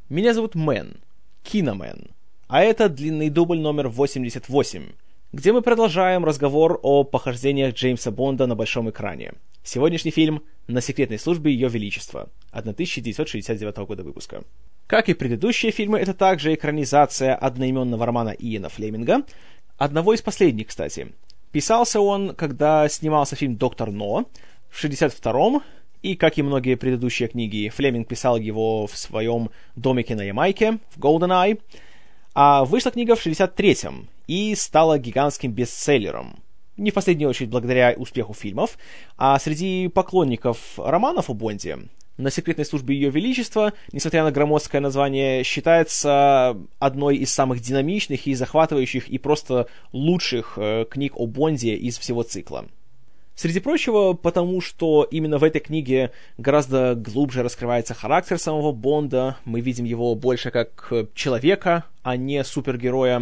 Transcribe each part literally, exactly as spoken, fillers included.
Меня зовут Мэн, Киномен, а это длинный дубль номер восемьдесят восемь, где мы продолжаем разговор о похождениях Джеймса Бонда на большом экране. Сегодняшний фильм «На секретной службе Ее Величества» тысяча девятьсот шестьдесят девятого года выпуска. Как и предыдущие фильмы, это также экранизация одноименного романа Иэна Флеминга, одного из последних, кстати. Писался он, когда снимался фильм «Доктор Но» в шестьдесят втором, и, как и многие предыдущие книги, Флеминг писал его в своем домике на Ямайке, в GoldenEye, а вышла книга в шестьдесят третьем и стала гигантским бестселлером. Не в последнюю очередь благодаря успеху фильмов, а среди поклонников романов о Бонде «На секретной службе Ее Величества», несмотря на громоздкое название, считается одной из самых динамичных и захватывающих и просто лучших э, книг о Бонде из всего цикла. Среди прочего, потому что именно в этой книге гораздо глубже раскрывается характер самого Бонда, мы видим его больше как человека, а не супергероя,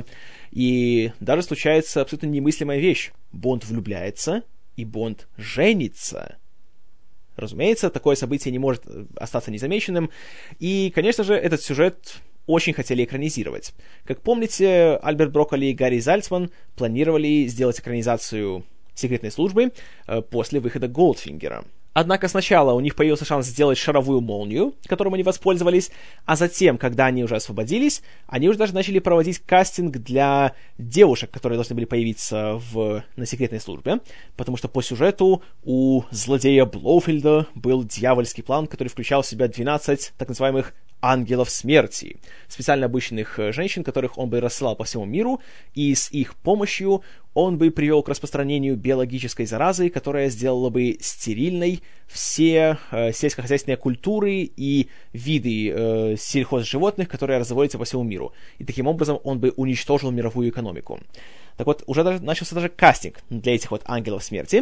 и даже случается абсолютно немыслимая вещь. Бонд влюбляется, и Бонд женится. Разумеется, такое событие не может остаться незамеченным, и, конечно же, этот сюжет очень хотели экранизировать. Как помните, Альберт Брокколи и Гарри Зальцман планировали сделать экранизацию «Секретной службы» после выхода Голдфингера. Однако сначала у них появился шанс сделать «Шаровую молнию», которым они воспользовались, а затем, когда они уже освободились, они уже даже начали проводить кастинг для девушек, которые должны были появиться в... на «Секретной службе», потому что по сюжету у злодея Блоуфильда был дьявольский план, который включал в себя двенадцать так называемых ангелов смерти, специально обученных женщин, которых он бы рассылал по всему миру, и с их помощью он бы привел к распространению биологической заразы, которая сделала бы стерильной все э, сельскохозяйственные культуры и виды э, сельхозживотных, которые разводятся по всему миру. И таким образом он бы уничтожил мировую экономику. Так вот, уже даже, начался даже кастинг для этих вот ангелов смерти,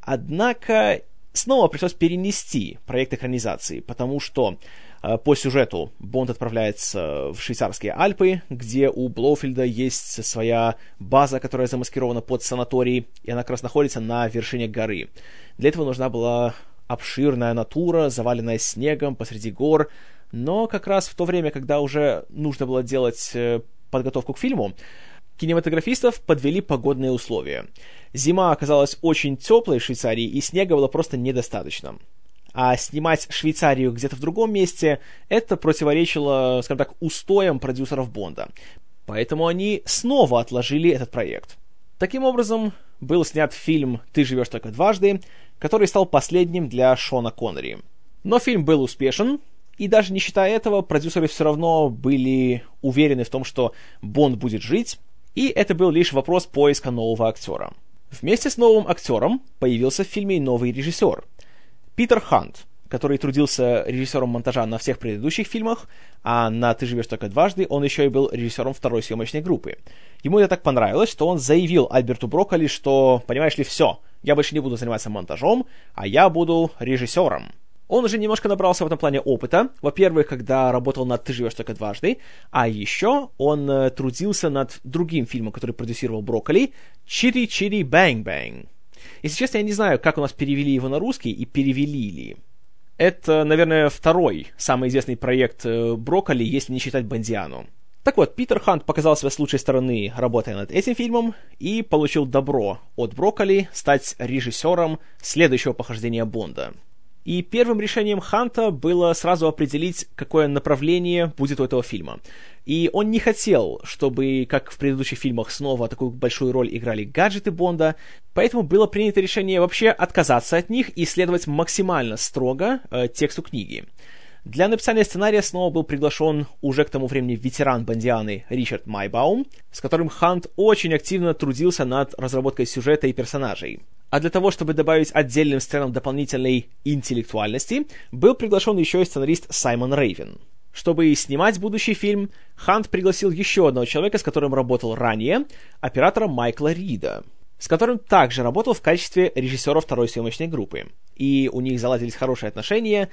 однако снова пришлось перенести проект экранизации, потому что по сюжету Бонд отправляется в швейцарские Альпы, где у Блоуфильда есть своя база, которая замаскирована под санаторий, и она как раз находится на вершине горы. Для этого нужна была обширная натура, заваленная снегом посреди гор, но как раз в то время, когда уже нужно было делать подготовку к фильму, кинематографистов подвели погодные условия. Зима оказалась очень теплой в Швейцарии, и снега было просто недостаточно. А снимать Швейцарию где-то в другом месте, это противоречило, скажем так, устоям продюсеров Бонда. Поэтому они снова отложили этот проект. Таким образом, был снят фильм «Ты живешь только дважды», который стал последним для Шона Коннери. Но фильм был успешен, и даже не считая этого, продюсеры все равно были уверены в том, что Бонд будет жить, и это был лишь вопрос поиска нового актера. Вместе с новым актером появился в фильме новый режиссер — Питер Хант, который трудился режиссером монтажа на всех предыдущих фильмах, а на «Ты живешь только дважды» он еще и был режиссером второй съемочной группы. Ему это так понравилось, что он заявил Альберту Брокколи, что, понимаешь ли, все, я больше не буду заниматься монтажом, а я буду режиссером. Он уже немножко набрался в этом плане опыта, во-первых, когда работал над «Ты живешь только дважды», а еще он э, трудился над другим фильмом, который продюсировал Брокколи, «Чири Чири Бэнг Бэнг». Если честно, я не знаю, как у нас перевели его на русский и перевели ли. Это, наверное, второй самый известный проект Брокколи, если не считать «Бондиану». Так вот, Питер Хант показал себя с лучшей стороны, работая над этим фильмом, и получил добро от Брокколи стать режиссером следующего похождения Бонда. И первым решением Ханта было сразу определить, какое направление будет у этого фильма. И он не хотел, чтобы, как в предыдущих фильмах, снова такую большую роль играли гаджеты Бонда, поэтому было принято решение вообще отказаться от них и следовать максимально строго э, тексту книги. Для написания сценария снова был приглашен уже к тому времени ветеран Бондианы Ричард Майбаум, с которым Хант очень активно трудился над разработкой сюжета и персонажей. А для того, чтобы добавить отдельным сценам дополнительной интеллектуальности, был приглашен еще и сценарист Саймон Рейвен. Чтобы снимать будущий фильм, Хант пригласил еще одного человека, с которым работал ранее, оператора Майкла Рида, с которым также работал в качестве режиссера второй съемочной группы. И у них заладились хорошие отношения,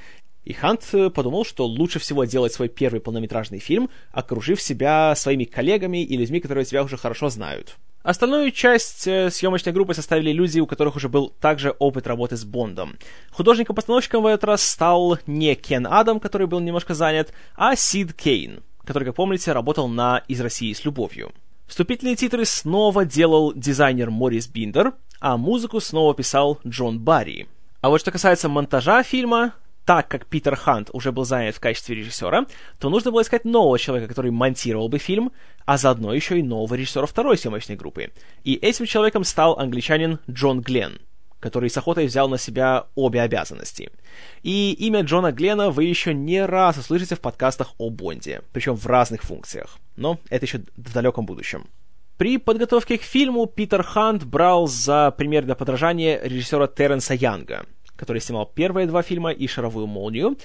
И Хант подумал, что лучше всего делать свой первый полнометражный фильм, окружив себя своими коллегами и людьми, которые тебя уже хорошо знают. Остальную часть э, съемочной группы составили люди, у которых уже был также опыт работы с Бондом. Художником-постановщиком в этот раз стал не Кен Адам, который был немножко занят, а Сид Кейн, который, как помните, работал на «Из России с любовью». Вступительные титры снова делал дизайнер Морис Биндер, а музыку снова писал Джон Барри. А вот что касается монтажа фильма, так как Питер Хант уже был занят в качестве режиссера, то нужно было искать нового человека, который монтировал бы фильм, а заодно еще и нового режиссера второй съемочной группы. И этим человеком стал англичанин Джон Гленн, который с охотой взял на себя обе обязанности. И имя Джона Гленна вы еще не раз услышите в подкастах о Бонде, причем в разных функциях. Но это еще в далеком будущем. При подготовке к фильму Питер Хант брал за пример для подражания режиссера Терренса Янга, который снимал первые два фильма и «Шаровую молнию»,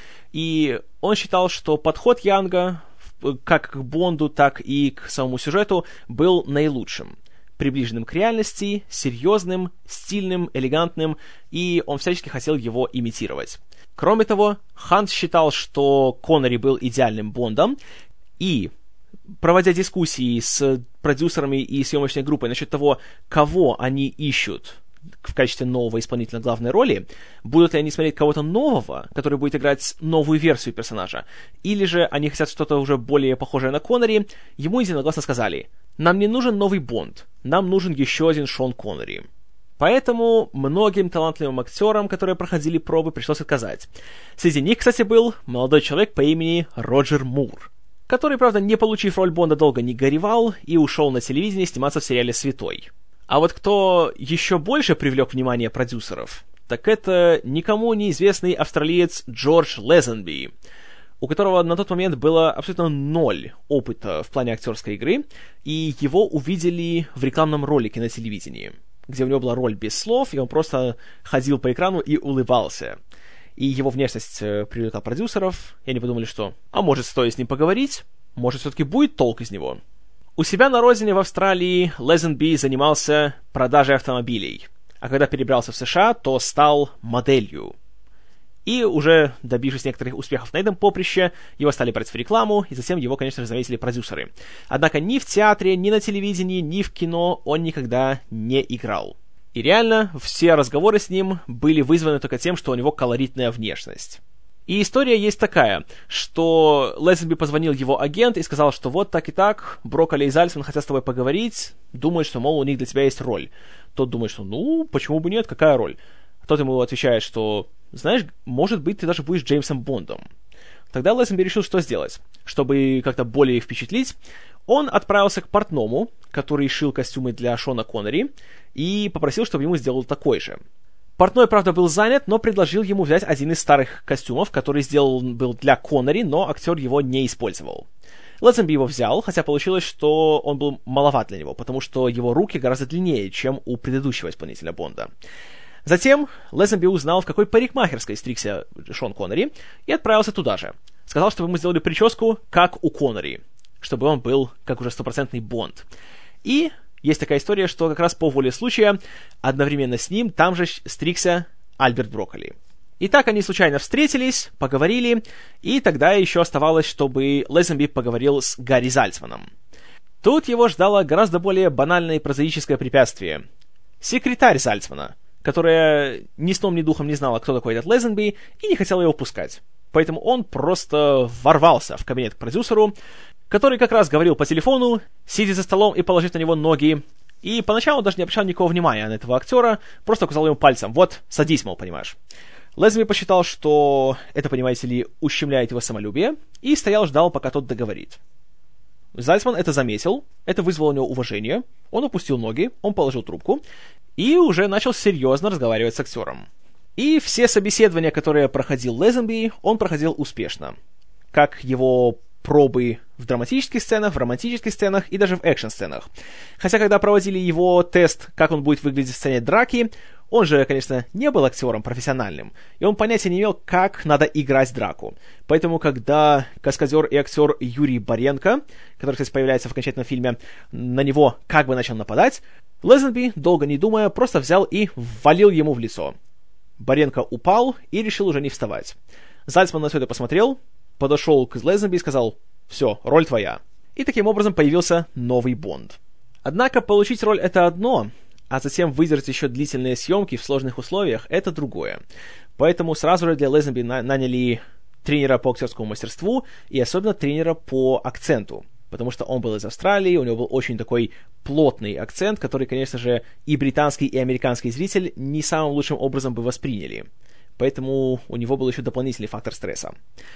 и он считал, что подход Янга как к Бонду, так и к самому сюжету был наилучшим, приближенным к реальности, серьезным, стильным, элегантным, и он всячески хотел его имитировать. Кроме того, Хант считал, что Коннери был идеальным Бондом, и, проводя дискуссии с продюсерами и съемочной группой насчет того, кого они ищут в качестве нового исполнителя главной роли, будут ли они смотреть кого-то нового, который будет играть новую версию персонажа, или же они хотят что-то уже более похожее на Коннери, ему единогласно сказали: «Нам не нужен новый Бонд, нам нужен еще один Шон Коннери». Поэтому многим талантливым актерам, которые проходили пробы, пришлось отказать. Среди них, кстати, был молодой человек по имени Роджер Мур, который, правда, не получив роль Бонда, долго не горевал и ушел на телевидение сниматься в сериале «Святой». А вот кто еще больше привлек внимание продюсеров, так это никому неизвестный австралиец Джордж Лезенби, у которого на тот момент было абсолютно ноль опыта в плане актерской игры, и его увидели в рекламном ролике на телевидении, где у него была роль без слов, и он просто ходил по экрану и улыбался. И его внешность привлекла продюсеров, и они подумали, что «а может, стоит с ним поговорить? Может, все-таки будет толк из него?» У себя на родине в Австралии Лезенби занимался продажей автомобилей, а когда перебрался в США, то стал моделью. И уже добившись некоторых успехов на этом поприще, его стали брать в рекламу, и затем его, конечно же, заметили продюсеры. Однако ни в театре, ни на телевидении, ни в кино он никогда не играл. И реально, все разговоры с ним были вызваны только тем, что у него колоритная внешность. И история есть такая, что Лезенби позвонил его агент и сказал, что вот так и так, Брокколи и Зальцман хотят с тобой поговорить, думают, что, мол, у них для тебя есть роль. Тот думает, что ну, почему бы нет, какая роль? Тот ему отвечает, что, знаешь, может быть, ты даже будешь Джеймсом Бондом. Тогда Лезенби решил, что сделать. Чтобы как-то более их впечатлить, он отправился к портному, который шил костюмы для Шона Коннери, и попросил, чтобы ему сделал такой же. Портной, правда, был занят, но предложил ему взять один из старых костюмов, который сделал был для Коннери, но актер его не использовал. Лезенби его взял, хотя получилось, что он был маловат для него, потому что его руки гораздо длиннее, чем у предыдущего исполнителя Бонда. Затем Лезенби узнал, в какой парикмахерской стригся Шон Коннери, и отправился туда же. Сказал, чтобы ему сделали прическу, как у Коннери, чтобы он был как уже стопроцентный Бонд. И есть такая история, что как раз по воле случая одновременно с ним там же стригся Альберт Брокколи. И так они случайно встретились, поговорили, и тогда еще оставалось, чтобы Лезенби поговорил с Гарри Зальцманом. Тут его ждало гораздо более банальное и прозаическое препятствие. Секретарь Зальцмана, которая ни сном ни духом не знала, кто такой этот Лезенби, и не хотела его пускать. Поэтому он просто ворвался в кабинет к продюсеру, который как раз говорил по телефону, сидя за столом и положив на него ноги, и поначалу даже не обращал никакого внимания на этого актера, просто указал ему пальцем: «Вот, садись, мол, понимаешь». Лезенби посчитал, что это, понимаете ли, ущемляет его самолюбие, и стоял, ждал, пока тот договорит. Зальцман это заметил, это вызвало у него уважение, он опустил ноги, он положил трубку, и уже начал серьезно разговаривать с актером. И все собеседования, которые проходил Лезенби, он проходил успешно. Как его пробы в драматических сценах, в романтических сценах и даже в экшн-сценах. Хотя, когда проводили его тест, как он будет выглядеть в сцене драки, он же, конечно, не был актером профессиональным, и он понятия не имел, как надо играть драку. Поэтому, когда каскадер и актер Юрий Боренко, который, кстати, появляется в окончательном фильме, на него как бы начал нападать, Лезенби, долго не думая, просто взял и ввалил ему в лицо. Боренко упал и решил уже не вставать. Зальцман на все это посмотрел, подошел к Лэзенби и сказал: «Все, роль твоя». И таким образом появился новый Бонд. Однако получить роль — это одно, а затем выдержать еще длительные съемки в сложных условиях — это другое. Поэтому сразу же для Лэзенби на- наняли тренера по актерскому мастерству и особенно тренера по акценту, потому что он был из Австралии, у него был очень такой плотный акцент, который, конечно же, и британский, и американский зритель не самым лучшим образом бы восприняли. Поэтому у него был еще дополнительный фактор стресса.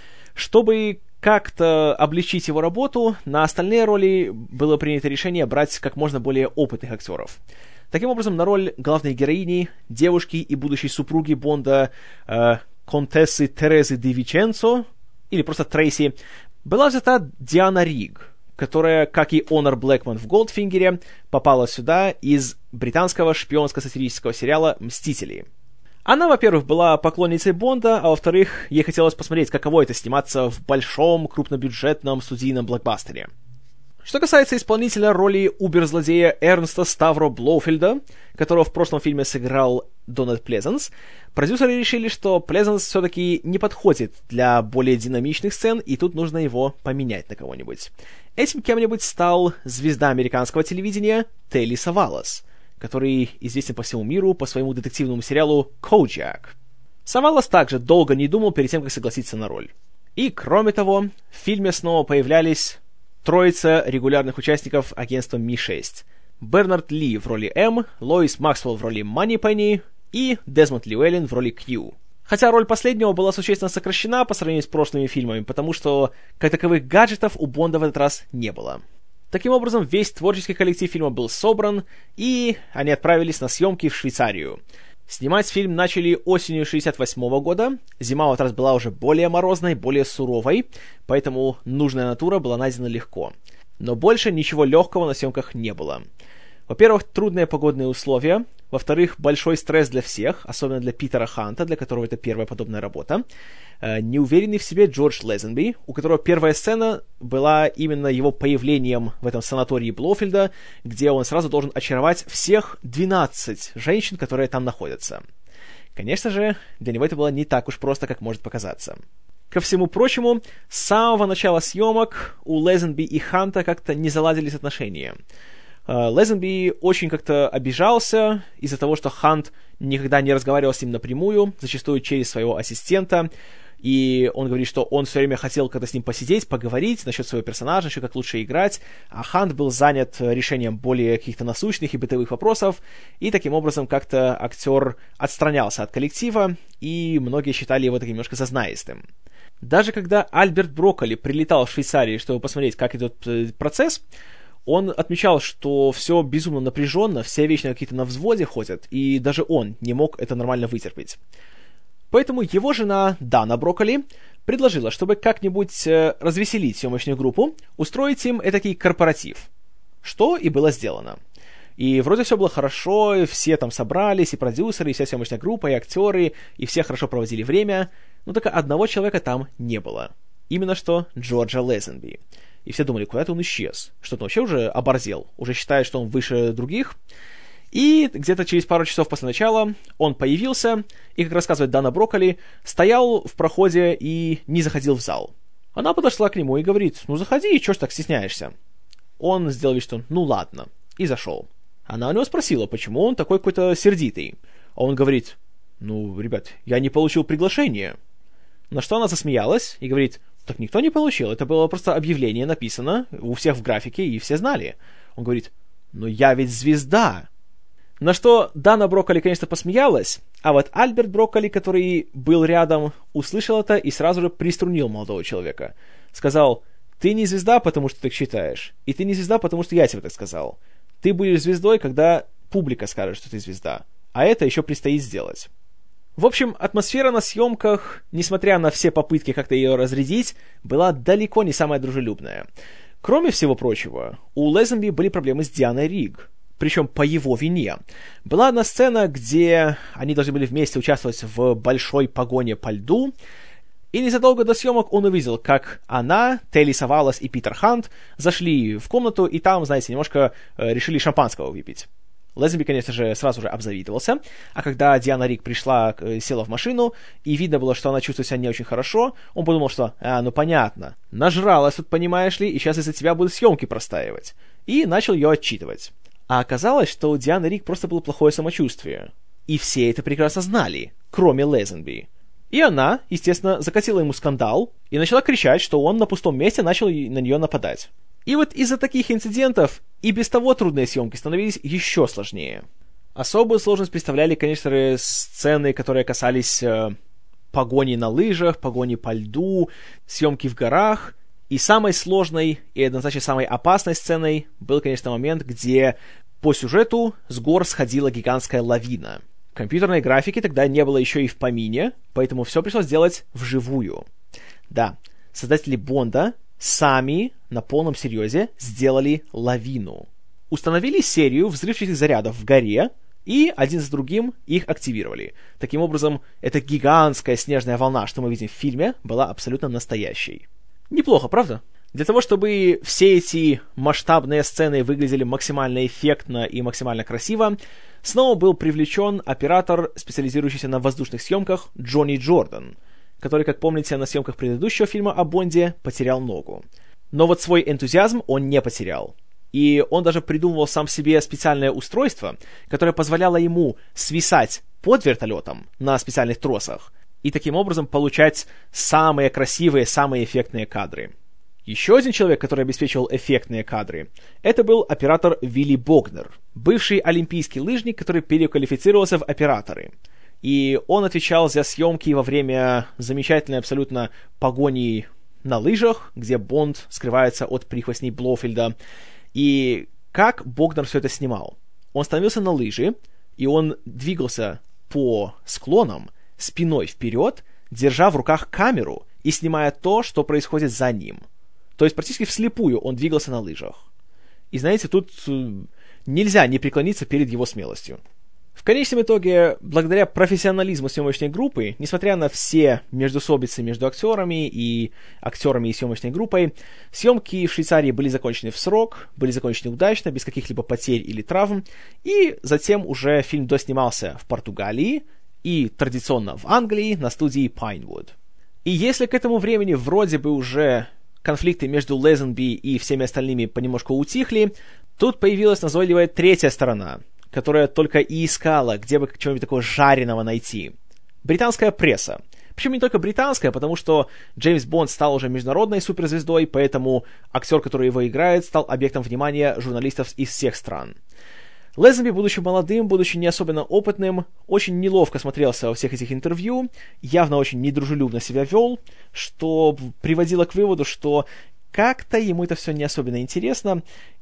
Чтобы как-то облегчить его работу, на остальные роли было принято решение брать как можно более опытных актеров. Таким образом, на роль главной героини, девушки и будущей супруги Бонда, э, контессы Терезы де Виченцо, или просто Трейси, была взята Диана Риг, которая, как и Онор Блэкман в «Голдфингере», попала сюда из британского шпионско-сатирического сериала «Мстители». Она, во-первых, была поклонницей Бонда, а во-вторых, ей хотелось посмотреть, каково это сниматься в большом, крупнобюджетном студийном блокбастере. Что касается исполнителя роли убер-злодея Эрнста Ставро Блоуфельда, которого в прошлом фильме сыграл Дональд Плезанс, продюсеры решили, что Плезанс все-таки не подходит для более динамичных сцен, и тут нужно его поменять на кого-нибудь. Этим кем-нибудь стал звезда американского телевидения Телли Савалас, который известен по всему миру по своему детективному сериалу «Коджак». Савалас также долго не думал перед тем, как согласиться на роль. И, кроме того, в фильме снова появлялись троица регулярных участников агентства Ми шесть. Бернард Ли в роли М, Лоис Максвелл в роли Манипенни и Дезмонд Llewellyn в роли Кью. Хотя роль последнего была существенно сокращена по сравнению с прошлыми фильмами, потому что как таковых гаджетов у Бонда в этот раз не было. Таким образом, весь творческий коллектив фильма был собран, и они отправились на съемки в Швейцарию. Снимать фильм начали осенью шестьдесят восьмого года, зима в этот раз была уже более морозной, более суровой, поэтому нужная натура была найдена легко. Но больше ничего легкого на съемках не было. Во-первых, трудные погодные условия, во-вторых, большой стресс для всех, особенно для Питера Ханта, для которого это первая подобная работа, э, неуверенный в себе Джордж Лэзенби, у которого первая сцена была именно его появлением в этом санатории Блоуфельда, где он сразу должен очаровать всех двенадцать женщин, которые там находятся. Конечно же, для него это было не так уж просто, как может показаться. Ко всему прочему, с самого начала съемок у Лэзенби и Ханта как-то не заладились отношения. Лэзенби очень как-то обижался из-за того, что Хант никогда не разговаривал с ним напрямую, зачастую через своего ассистента, и он говорит, что он все время хотел когда с ним посидеть, поговорить насчет своего персонажа, еще как лучше играть, а Хант был занят решением более каких-то насущных и бытовых вопросов, и таким образом как-то актер отстранялся от коллектива, и многие считали его таким немножко зазнаистым. Даже когда Альберт Брокколи прилетал в Швейцарию, чтобы посмотреть, как идет процесс, он отмечал, что все безумно напряженно, все вечно какие-то на взводе ходят, и даже он не мог это нормально вытерпеть. Поэтому его жена Дана Брокколи предложила, чтобы как-нибудь э, развеселить съемочную группу, устроить им этакий корпоратив. Что и было сделано. И вроде все было хорошо, все там собрались, и продюсеры, и вся съемочная группа, и актеры, и все хорошо проводили время, но только одного человека там не было. Именно что Джорджа Лэзенби. И все думали, куда-то он исчез. Что-то вообще уже оборзел. Уже считает, что он выше других. И где-то через пару часов после начала он появился, и, как рассказывает Дана Брокколи, стоял в проходе и не заходил в зал. Она подошла к нему и говорит: «Ну заходи, чё ж так стесняешься?» Он сделал вид, что «ну ладно», и зашел. Она у него спросила, почему он такой какой-то сердитый. А он говорит: «Ну, ребят, я не получил приглашение». На что она засмеялась и говорит: «Так никто не получил, это было просто объявление написано у всех в графике, и все знали». Он говорит: «Но я ведь звезда». На что Дана Брокколи, конечно, посмеялась, а вот Альберт Брокколи, который был рядом, услышал это и сразу же приструнил молодого человека. Сказал: «Ты не звезда, потому что так считаешь, и ты не звезда, потому что я тебе так сказал. Ты будешь звездой, когда публика скажет, что ты звезда, а это еще предстоит сделать». В общем, атмосфера на съемках, несмотря на все попытки как-то ее разрядить, была далеко не самая дружелюбная. Кроме всего прочего, у Лэзенби были проблемы с Дианой Риг, причем по его вине. Была одна сцена, где они должны были вместе участвовать в большой погоне по льду, и незадолго до съемок он увидел, как она, Телли Савалас и Питер Хант зашли в комнату, и там, знаете, немножко э, решили шампанского выпить. Лэзенби, конечно же, сразу же обзавидовался, а когда Диана Риг пришла, села в машину, и видно было, что она чувствует себя не очень хорошо, он подумал, что, а, ну понятно, нажралась тут, понимаешь ли, и сейчас из-за тебя будут съемки простаивать. И начал ее отчитывать. А оказалось, что у Дианы Риг просто было плохое самочувствие. И все это прекрасно знали, кроме Лэзенби. И она, естественно, закатила ему скандал и начала кричать, что он на пустом месте начал на нее нападать. И вот из-за таких инцидентов и без того трудные съемки становились еще сложнее. Особую сложность представляли, конечно же, сцены, которые касались э, погони на лыжах, погони по льду, съемки в горах. И самой сложной и однозначно самой опасной сценой был, конечно, момент, где по сюжету с гор сходила гигантская лавина. Компьютерной графики тогда не было еще и в помине, поэтому все пришлось делать вживую. Да, создатели Бонда сами на полном серьезе сделали лавину. Установили серию взрывчатых зарядов в горе и один за другим их активировали. Таким образом, эта гигантская снежная волна, что мы видим в фильме, была абсолютно настоящей. Неплохо, правда? Для того, чтобы все эти масштабные сцены выглядели максимально эффектно и максимально красиво, снова был привлечен оператор, специализирующийся на воздушных съемках, Джонни Джордан, который, как помните, на съемках предыдущего фильма о Бонде потерял ногу. Но вот свой энтузиазм он не потерял. И он даже придумывал сам себе специальное устройство, которое позволяло ему свисать под вертолетом на специальных тросах и таким образом получать самые красивые, самые эффектные кадры. Еще один человек, который обеспечивал эффектные кадры, это был оператор Вилли Богнер, бывший олимпийский лыжник, который переквалифицировался в операторы. И он отвечал за съемки во время замечательной абсолютно погони на лыжах, где Бонд скрывается от прихвостней Блофельда. И как Богнер все это снимал? Он становился на лыжи, и он двигался по склонам спиной вперед, держа в руках камеру и снимая то, что происходит за ним. То есть практически вслепую он двигался на лыжах. И знаете, тут нельзя не преклониться перед его смелостью. В конечном итоге, благодаря профессионализму съемочной группы, несмотря на все междоусобицы между актерами и актерами и съемочной группой, съемки в Швейцарии были закончены в срок, были закончены удачно, без каких-либо потерь или травм, и затем уже фильм доснимался в Португалии и традиционно в Англии на студии Pinewood. И если к этому времени вроде бы уже конфликты между Лэзенби и всеми остальными понемножку утихли, тут появилась назойливая третья сторона, которая только и искала, где бы чего-нибудь такого жареного найти. Британская пресса. Причем не только британская, потому что Джеймс Бонд стал уже международной суперзвездой, поэтому актер, который его играет, стал объектом внимания журналистов из всех стран. Лэзенби, будучи молодым, будучи не особенно опытным, очень неловко смотрелся во всех этих интервью, явно очень недружелюбно себя вел, что приводило к выводу, что как-то ему это все не особенно интересно,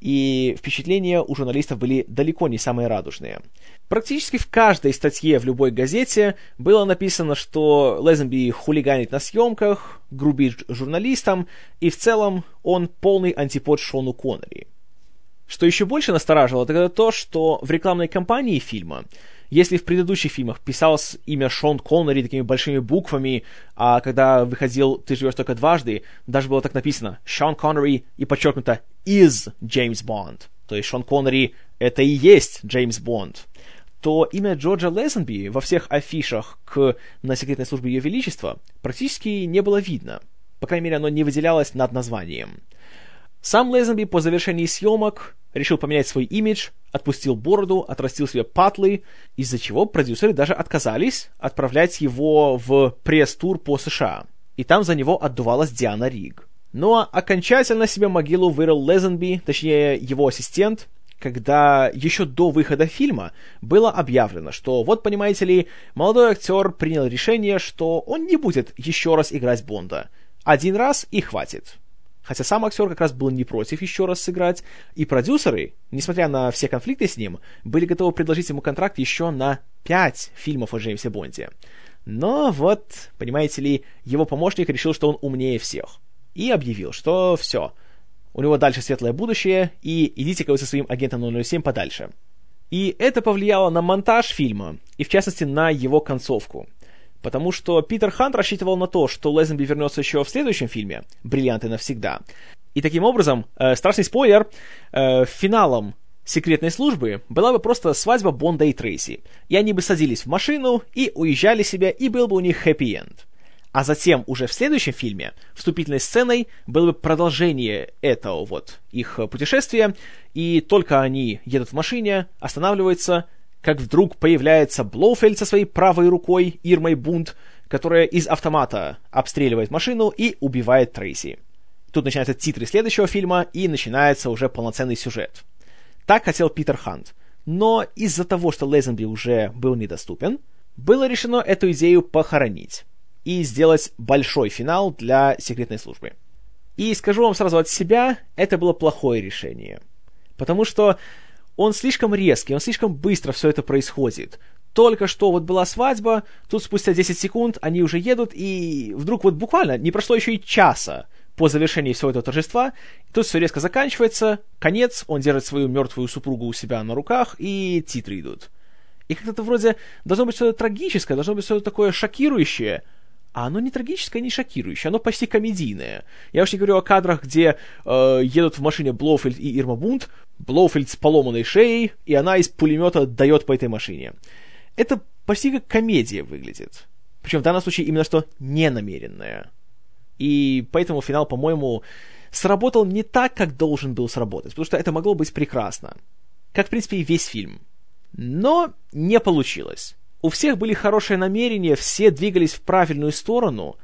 и впечатления у журналистов были далеко не самые радужные. Практически в каждой статье в любой газете было написано, что Лэзенби хулиганит на съемках, грубит журналистам, и в целом он полный антипод Шону Коннери. Что еще больше настораживало, это то, что в рекламной кампании фильма, если в предыдущих фильмах писалось имя Шон Коннери такими большими буквами, а когда выходил «Ты живешь только дважды», даже было так написано «Шон Коннери» и подчеркнуто «is Джеймс Бонд», то есть Шон Коннери — это и есть Джеймс Бонд, то имя Джорджа Лэзенби во всех афишах к «На секретной службе Ее Величества» практически не было видно. По крайней мере, оно не выделялось над названием. Сам Лэзенби по завершении съемок решил поменять свой имидж, отпустил бороду, отрастил себе патлы, из-за чего продюсеры даже отказались отправлять его в пресс-тур по США. И там за него отдувалась Диана Риг. Ну а окончательно себе могилу вырыл Лэзенби, точнее его ассистент, когда еще до выхода фильма было объявлено, что вот, понимаете ли, молодой актер принял решение, что он не будет еще раз играть Бонда. Один раз и хватит. Хотя сам актер как раз был не против еще раз сыграть, и продюсеры, несмотря на все конфликты с ним, были готовы предложить ему контракт еще на пять фильмов о Джеймсе Бонде. Но вот, понимаете ли, его помощник решил, что он умнее всех. И объявил, что все, у него дальше светлое будущее, и идите-ка вы со своим агентом ноль ноль семь подальше. И это повлияло на монтаж фильма, и в частности на его концовку. Потому что Питер Хант рассчитывал на то, что Лэзенби вернется еще в следующем фильме «Бриллианты навсегда». И таким образом, э, страшный спойлер, э, финалом секретной службы была бы просто свадьба Бонда и Трейси, и они бы садились в машину и уезжали себе, и был бы у них хэппи-энд. А затем уже в следующем фильме вступительной сценой было бы продолжение этого вот их путешествия, и только они едут в машине, останавливаются, как вдруг появляется Блоуфельд со своей правой рукой, Ирмой Бунд, которая из автомата обстреливает машину и убивает Трейси. Тут начинаются титры следующего фильма, и начинается уже полноценный сюжет. Так хотел Питер Хант. Но из-за того, что Лейзенби уже был недоступен, было решено эту идею похоронить и сделать большой финал для секретной службы. И скажу вам сразу от себя, это было плохое решение. Потому что он слишком резкий, он слишком быстро все это происходит. Только что вот была свадьба, тут спустя десять секунд они уже едут, и вдруг вот буквально не прошло еще и часа по завершении всего этого торжества, и тут все резко заканчивается, конец, он держит свою мертвую супругу у себя на руках, и титры идут. И как-то вроде должно быть что-то трагическое, должно быть что-то такое шокирующее, а оно не трагическое, не шокирующее, оно почти комедийное. Я уж не говорю о кадрах, где э, едут в машине Блоуфельд и Ирма Бунд, Блоуфельд с поломанной шеей, и она из пулемета дает по этой машине. Это почти как комедия выглядит. Причем в данном случае именно что ненамеренная. И поэтому финал, по-моему, сработал не так, как должен был сработать, потому что это могло быть прекрасно. Как, в принципе, и весь фильм. Но не получилось. У всех были хорошие намерения, все двигались в правильную сторону,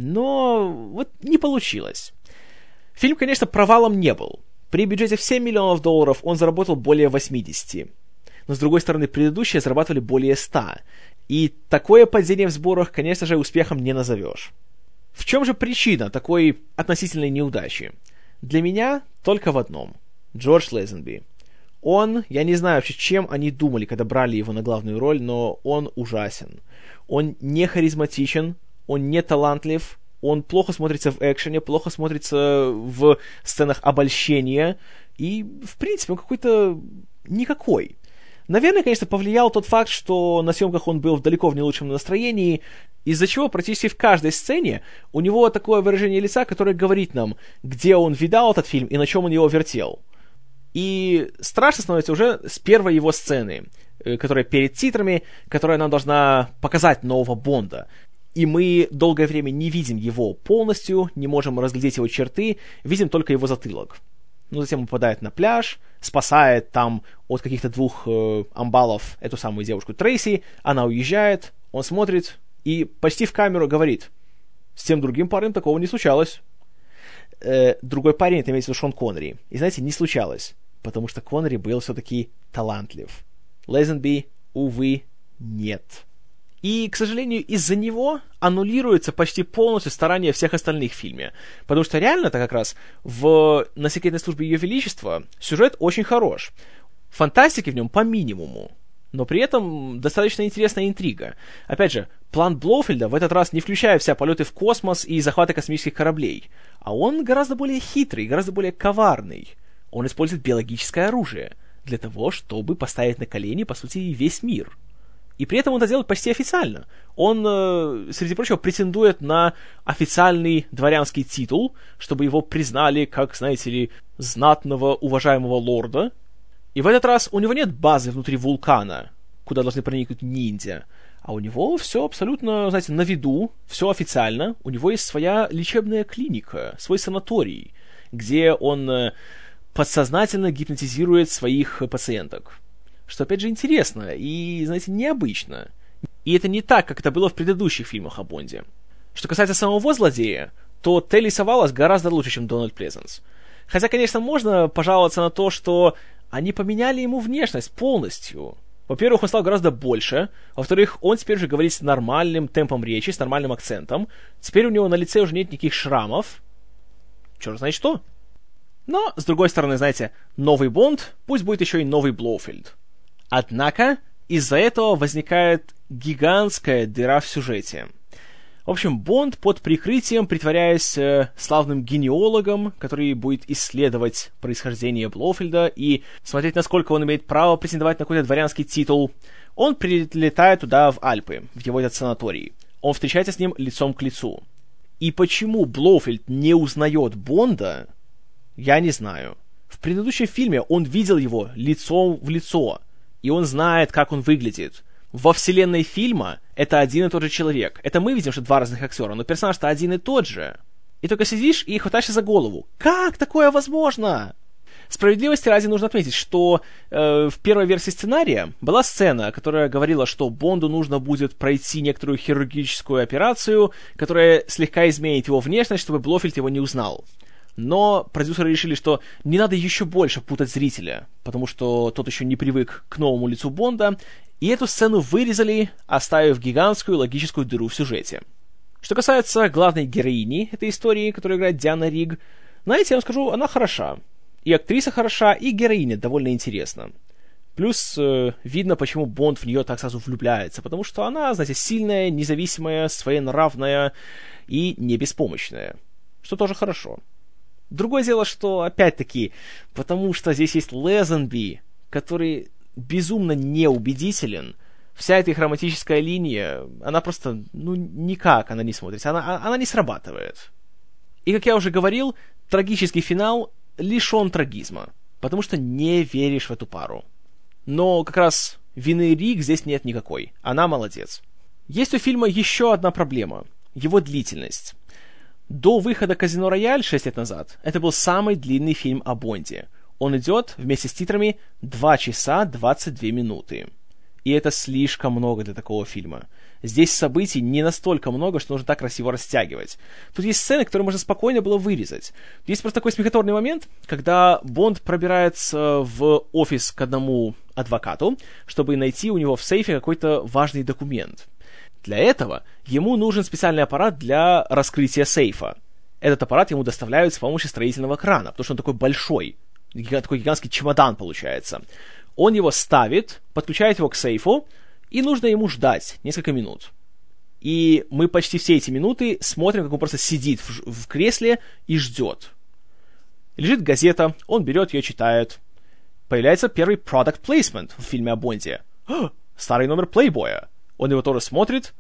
но вот не получилось. Фильм, конечно, провалом не был. При бюджете в семь миллионов долларов он заработал более восемьдесят. Но, с другой стороны, предыдущие зарабатывали более ста. И такое падение в сборах, конечно же, успехом не назовешь. В чем же причина такой относительной неудачи? Для меня только в одном. Джордж Лейзенби. Он, я не знаю вообще, чем они думали, когда брали его на главную роль, но он ужасен. Он не харизматичен, он не талантлив, он плохо смотрится в экшене, плохо смотрится в сценах обольщения, и, в принципе, он какой-то никакой. Наверное, конечно, повлиял тот факт, что на съемках он был далеко в не лучшем настроении, из-за чего практически в каждой сцене у него такое выражение лица, которое говорит нам, где он видал этот фильм и на чем он его вертел. И страшно становится уже с первой его сцены, которая перед титрами, которая нам должна показать нового Бонда. И мы долгое время не видим его полностью, не можем разглядеть его черты, видим только его затылок. Ну, затем он попадает на пляж, спасает там от каких-то двух э, амбалов эту самую девушку Трейси, она уезжает, он смотрит и почти в камеру говорит: с тем другим парнем такого не случалось. Э, другой парень, это имеется в виду Шон Коннери. И знаете, не случалось, потому что Коннери был все-таки талантлив. Лейзенби, увы, нет. И, к сожалению, из-за него аннулируется почти полностью старание всех остальных в фильме. Потому что реально-то как раз в «На секретной службе Ее Величества» сюжет очень хорош. Фантастики в нем по минимуму. Но при этом достаточно интересная интрига. Опять же, план Блоуфельда в этот раз не включает в себя полеты в космос и захваты космических кораблей. А он гораздо более хитрый, гораздо более коварный. Он использует биологическое оружие для того, чтобы поставить на колени, по сути, весь мир. И при этом он это делает почти официально. Он, э, среди прочего, претендует на официальный дворянский титул, чтобы его признали как, знаете ли, знатного, уважаемого лорда. И в этот раз у него нет базы внутри вулкана, куда должны проникнуть ниндзя. А у него все абсолютно, знаете, на виду, все официально. У него есть своя лечебная клиника, свой санаторий, где он э, подсознательно гипнотизирует своих пациенток. Что, опять же, интересно и, знаете, необычно. И это не так, как это было в предыдущих фильмах о Бонде. Что касается самого злодея, то Телли Савалас гораздо лучше, чем Дональд Плезанс. Хотя, конечно, можно пожаловаться на то, что они поменяли ему внешность полностью. Во-первых, он стал гораздо больше. Во-вторых, он теперь уже говорит с нормальным темпом речи, с нормальным акцентом. Теперь у него на лице уже нет никаких шрамов. Черт знает что. Но, с другой стороны, знаете, новый Бонд, пусть будет еще и новый Блоуфельд. Однако, из-за этого возникает гигантская дыра в сюжете. В общем, Бонд под прикрытием, притворяясь э, славным генеалогом, который будет исследовать происхождение Блоуфельда и смотреть, насколько он имеет право претендовать на какой-то дворянский титул, он прилетает туда, в Альпы, в его этот санаторий. Он встречается с ним лицом к лицу. И почему Блоуфельд не узнает Бонда, я не знаю. В предыдущем фильме он видел его лицом в лицо, и он знает, как он выглядит. Во вселенной фильма это один и тот же человек. Это мы видим, что два разных актера, но персонаж-то один и тот же. И только сидишь и хватаешься за голову. Как такое возможно? Справедливости ради нужно отметить, что э, в первой версии сценария была сцена, которая говорила, что Бонду нужно будет пройти некоторую хирургическую операцию, которая слегка изменит его внешность, чтобы Блофельд его не узнал. Но продюсеры решили, что не надо еще больше путать зрителя, потому что тот еще не привык к новому лицу Бонда, и эту сцену вырезали, оставив гигантскую логическую дыру в сюжете. Что касается главной героини этой истории, которую играет Диана Ригг, знаете, я вам скажу, она хороша. И актриса хороша, и героиня довольно интересна. Плюс э, видно, почему Бонд в нее так сразу влюбляется, потому что она, знаете, сильная, независимая, своенравная и не беспомощная, что тоже хорошо. Другое дело, что, опять-таки, потому что здесь есть Лэзенби, который безумно неубедителен, вся эта их романтическая линия, она просто, ну, никак она не смотрится, она, она не срабатывает. И, как я уже говорил, трагический финал лишен трагизма, потому что не веришь в эту пару. Но как раз вины Риг здесь нет никакой, она молодец. Есть у фильма еще одна проблема — его длительность. До выхода «Казино Рояль» шесть лет назад это был самый длинный фильм о Бонде. Он идет вместе с титрами два часа двадцать две минуты. И это слишком много для такого фильма. Здесь событий не настолько много, что нужно так красиво растягивать. Тут есть сцены, которые можно спокойно было вырезать. Есть просто такой смехотворный момент, когда Бонд пробирается в офис к одному адвокату, чтобы найти у него в сейфе какой-то важный документ. Для этого ему нужен специальный аппарат для раскрытия сейфа. Этот аппарат ему доставляют с помощью строительного крана, потому что он такой большой, такой гигантский чемодан получается. Он его ставит, подключает его к сейфу, и нужно ему ждать несколько минут. И мы почти все эти минуты смотрим, как он просто сидит в, в кресле и ждет. Лежит газета, он берет ее, читает. Появляется первый product placement в фильме о Бонде. Старый номер Playboy. Он его тоже смотрит,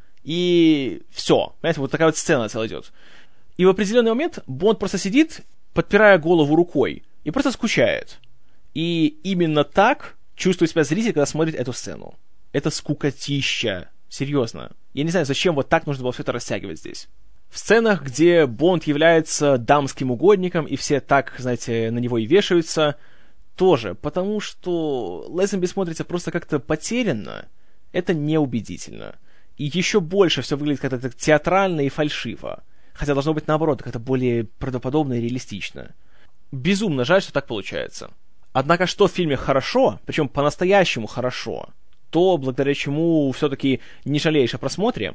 и все. Понимаете, вот такая вот сцена целая идет. И в определенный момент Бонд просто сидит, подпирая голову рукой, и просто скучает. И именно так чувствует себя зритель, когда смотрит эту сцену. Это скукотища. Серьезно. Я не знаю, зачем вот так нужно было все это растягивать здесь. В сценах, где Бонд является дамским угодником, и все так, знаете, на него и вешаются, тоже, потому что Лэзенби смотрится просто как-то потерянно. Это неубедительно. И еще больше все выглядит как-то так театрально и фальшиво. Хотя должно быть наоборот, как-то более правдоподобно и реалистично. Безумно жаль, что так получается. Однако, что в фильме хорошо, причем по-настоящему хорошо, то, благодаря чему все-таки не жалеешь о просмотре,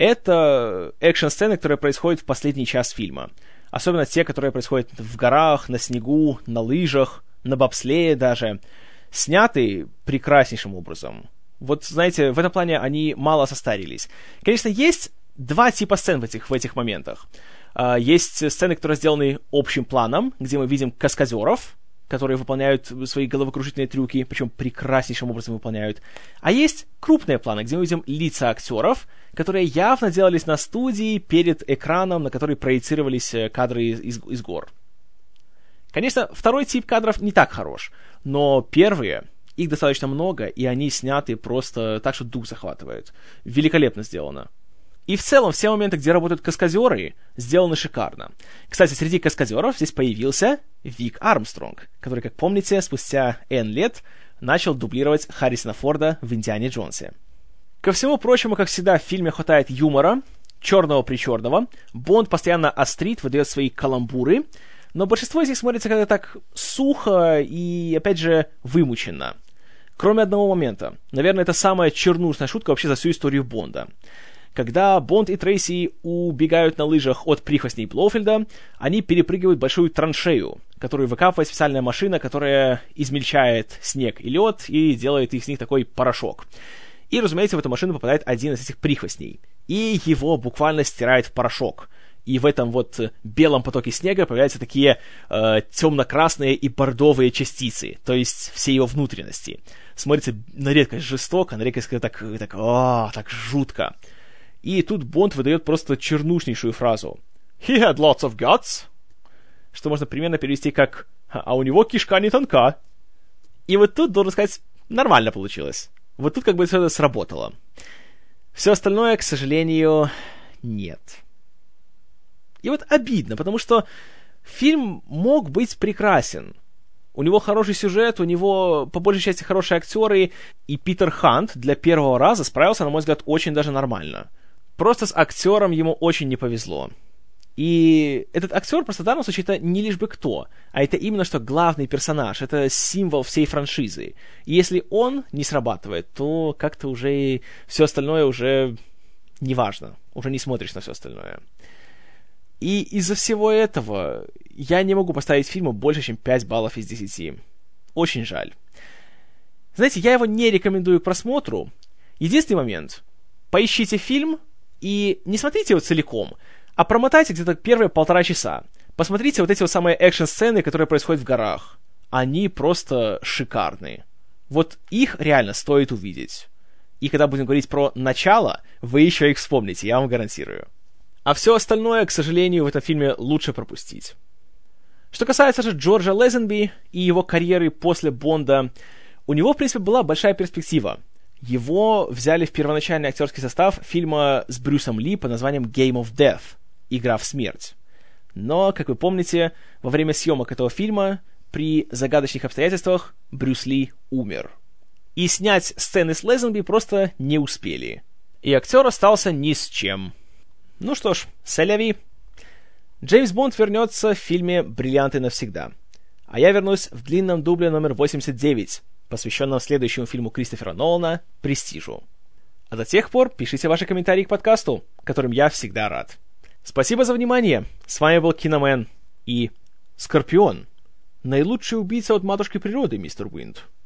это экшн-сцены, которые происходят в последний час фильма. Особенно те, которые происходят в горах, на снегу, на лыжах, на бобслее даже. Сняты прекраснейшим образом. Вот, знаете, в этом плане они мало состарились. Конечно, есть два типа сцен в этих, в этих моментах. Есть сцены, которые сделаны общим планом, где мы видим каскадеров, которые выполняют свои головокружительные трюки, причем прекраснейшим образом выполняют. А есть крупные планы, где мы видим лица актеров, которые явно делались на студии перед экраном, на который проецировались кадры из, из гор. Конечно, второй тип кадров не так хорош, но первые, их достаточно много, и они сняты просто так, что дух захватывает. Великолепно сделано. И в целом все моменты, где работают каскадеры, сделаны шикарно. Кстати, среди каскадеров здесь появился Вик Армстронг, который, как помните, спустя N лет начал дублировать Харрисона Форда в «Индиане Джонсе». Ко всему прочему, как всегда, в фильме хватает юмора, черного-причерного. Бонд постоянно острит, выдает свои каламбуры, но большинство из них смотрится как-то так сухо и, опять же, вымученно. Кроме одного момента. Наверное, это самая чернушная шутка вообще за всю историю Бонда. Когда Бонд и Трейси убегают на лыжах от прихвостней Блофельда, они перепрыгивают большую траншею, которую выкапывает специальная машина, которая измельчает снег и лед и делает из них такой порошок. И, разумеется, в эту машину попадает один из этих прихвостней. И его буквально стирает в порошок. И в этом вот белом потоке снега появляются такие э, темно-красные и бордовые частицы, то есть все его внутренности. Смотрится на редкость жестоко, на редкость так, так, о, так жутко. И тут Бонд выдает просто чернушнейшую фразу «He had lots of guts», что можно примерно перевести как а у него кишка не тонка. И вот тут, должен сказать, нормально получилось. Вот тут как бы все это сработало. Все остальное, к сожалению, нет. И вот обидно, потому что фильм мог быть прекрасен. У него хороший сюжет, у него, по большей части, хорошие актеры, и Питер Хант для первого раза справился, на мой взгляд, очень даже нормально. Просто с актером ему очень не повезло. И этот актер, просто в данном случае, это не лишь бы кто, а это именно что главный персонаж, это символ всей франшизы. И если он не срабатывает, то как-то уже все остальное уже неважно, уже не смотришь на все остальное. И из-за всего этого я не могу поставить фильму больше, чем пять баллов из десяти. Очень жаль. Знаете, я его не рекомендую к просмотру. Единственный момент. Поищите фильм и не смотрите его целиком, а промотайте где-то первые полтора часа. Посмотрите вот эти вот самые экшн-сцены, которые происходят в горах. Они просто шикарные. Вот их реально стоит увидеть. И когда будем говорить про начало, вы еще их вспомните, я вам гарантирую. А все остальное, к сожалению, в этом фильме лучше пропустить. Что касается же Джорджа Лэзенби и его карьеры после Бонда, у него, в принципе, была большая перспектива. Его взяли в первоначальный актерский состав фильма с Брюсом Ли под названием Game of Death — Игра в смерть. Но, как вы помните, во время съемок этого фильма при загадочных обстоятельствах Брюс Ли умер. И снять сцены с Лэзенби просто не успели. И актер остался ни с чем. Ну что ж, сэляви. Джеймс Бонд вернется в фильме «Бриллианты навсегда». А я вернусь в длинном дубле номер восемьдесят девять, посвященном следующему фильму Кристофера Нолана «Престижу». А до тех пор пишите ваши комментарии к подкасту, которым я всегда рад. Спасибо за внимание. С вами был Киномен и Скорпион. Наилучший убийца от матушки природы, мистер Уинд.